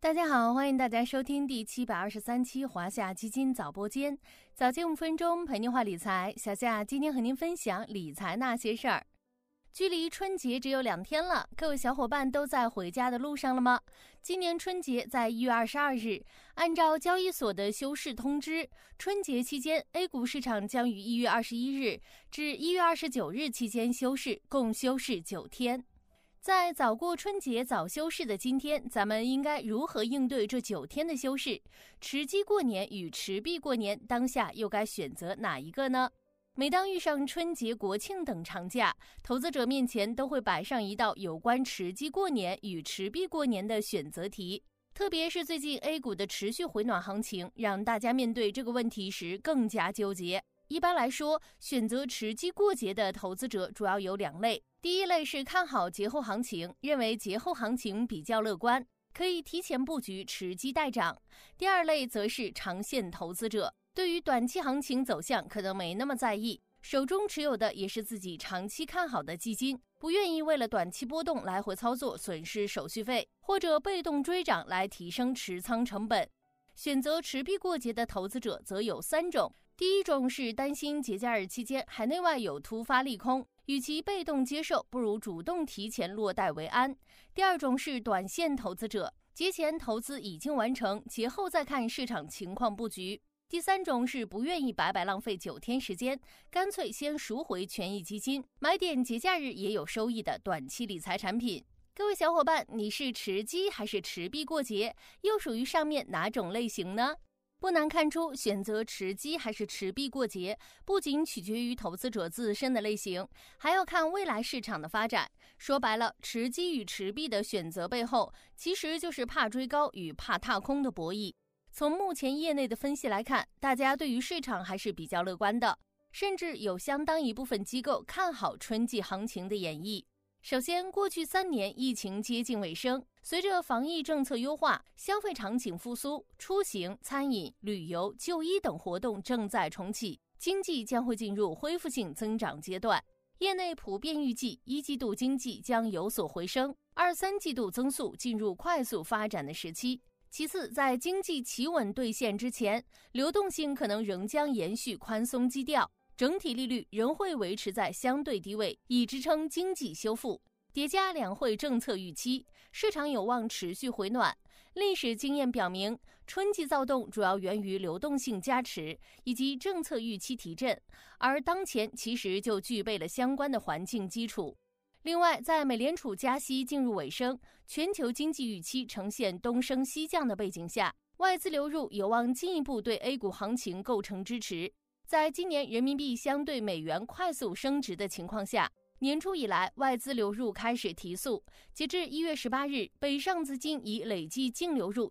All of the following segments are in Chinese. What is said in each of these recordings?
大家好，欢迎大家收听第723期华夏基金早播间，早间5分钟陪您话理财。小夏今天和您分享理财那些事儿。距离春节只有2天了，各位小伙伴都在回家的路上了吗？今年春节在1月22日，按照交易所的休市通知，春节期间 A 股市场将于1月21日至1月29日期间休市，共休市9天。在早过春节早休市的今天，咱们应该如何应对这9天的休市？持机过年与持币过年，当下又该选择哪一个呢？每当遇上春节、国庆等长假，投资者面前都会摆上一道有关持机过年与持币过年的选择题。特别是最近 A 股的持续回暖行情，让大家面对这个问题时更加纠结。一般来说，选择持机过节的投资者主要有2类。第一类是看好节后行情，认为节后行情比较乐观，可以提前布局持机待涨。第二类则是长线投资者，对于短期行情走向可能没那么在意，手中持有的也是自己长期看好的基金，不愿意为了短期波动来回操作损失手续费，或者被动追涨来提升持仓成本。选择持币过节的投资者则有3种。第一种是担心节假日期间海内外有突发利空，与其被动接受，不如主动提前落袋为安。第二种是短线投资者，节前投资已经完成，节后再看市场情况布局。第3种是不愿意白白浪费9天时间，干脆先赎回权益基金，买点节假日也有收益的短期理财产品。各位小伙伴，你是持机还是持币过节？又属于上面哪种类型呢？不难看出，选择持机还是持币过节，不仅取决于投资者自身的类型，还要看未来市场的发展。说白了，持机与持币的选择背后，其实就是怕追高与怕踏空的博弈。从目前业内的分析来看，大家对于市场还是比较乐观的，甚至有相当一部分机构看好春季行情的演绎。首先，过去3年疫情接近尾声，随着防疫政策优化，消费场景复苏，出行、餐饮、旅游、就医等活动正在重启，经济将会进入恢复性增长阶段。业内普遍预计1季度经济将有所回升，2、3季度增速进入快速发展的时期。其次，在经济企稳兑现之前，流动性可能仍将延续宽松基调，整体利率仍会维持在相对低位，以支撑经济修复。叠加两会政策预期，市场有望持续回暖。历史经验表明，春季躁动主要源于流动性加持以及政策预期提振，而当前其实就具备了相关的环境基础。另外，在美联储加息进入尾声，全球经济预期呈现东升西降的背景下，外资流入有望进一步对 A 股行情构成支持。在今年人民币相对美元快速升值的情况下，年初以来外资流入开始提速，截至1月18日，北上资金已累计净流入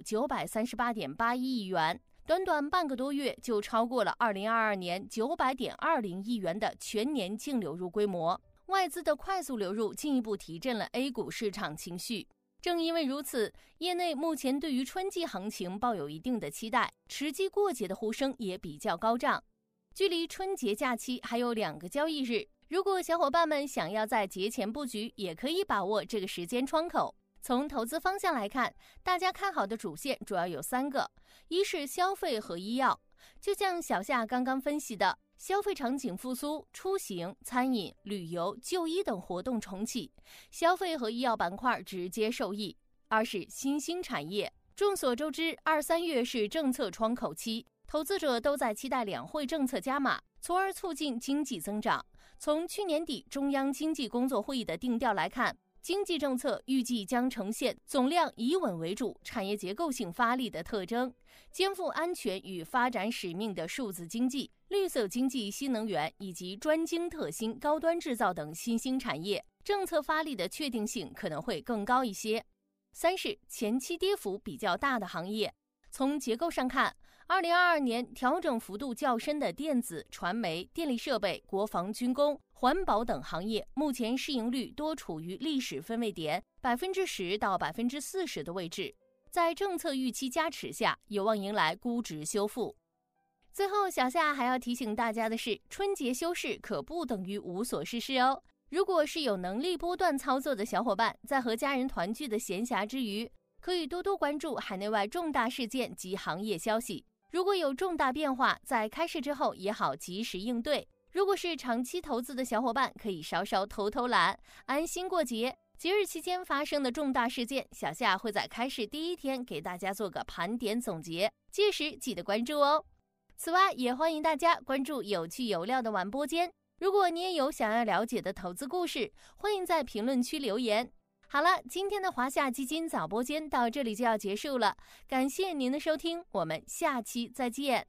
938.81亿元，短短半个多月就超过了2022年900.20亿元的全年净流入规模。外资的快速流入进一步提振了 A 股市场情绪。正因为如此，业内目前对于春季行情抱有一定的期待，持机过节的呼声也比较高涨。距离春节假期还有2个交易日，如果小伙伴们想要在节前布局，也可以把握这个时间窗口。从投资方向来看，大家看好的主线主要有3个，一是消费和医药，就像小夏刚刚分析的，消费场景复苏，出行、餐饮、旅游、就医等活动重启，消费和医药板块直接受益。二是新兴产业，众所周知，2、3月是政策窗口期，投资者都在期待两会政策加码，从而促进经济增长。从去年底中央经济工作会议的定调来看，经济政策预计将呈现总量以稳为主、产业结构性发力的特征，肩负安全与发展使命的数字经济、绿色经济、新能源以及专精特新、高端制造等新兴产业，政策发力的确定性可能会更高一些。3是前期跌幅比较大的行业。从结构上看，2022年调整幅度较深的电子、传媒、电力设备、国防军工、环保等行业，目前市盈率多处于历史分位点10%到40%的位置，在政策预期加持下，有望迎来估值修复。最后，小夏还要提醒大家的是，春节休市可不等于无所事事哦。如果是有能力波段操作的小伙伴，在和家人团聚的闲暇之余， 可以多多关注海内外重大事件及行业消息。如果有重大变化，在开市之后也好及时应对。如果是长期投资的小伙伴，可以稍稍偷懒，安心过节。节日期间发生的重大事件，小夏会在开市第一天给大家做个盘点总结，届时记得关注哦。此外，也欢迎大家关注有趣有料的晚播间。如果你也有想要了解的投资故事，欢迎在评论区留言。好了，今天的华夏基金早播间到这里就要结束了，感谢您的收听，我们下期再见。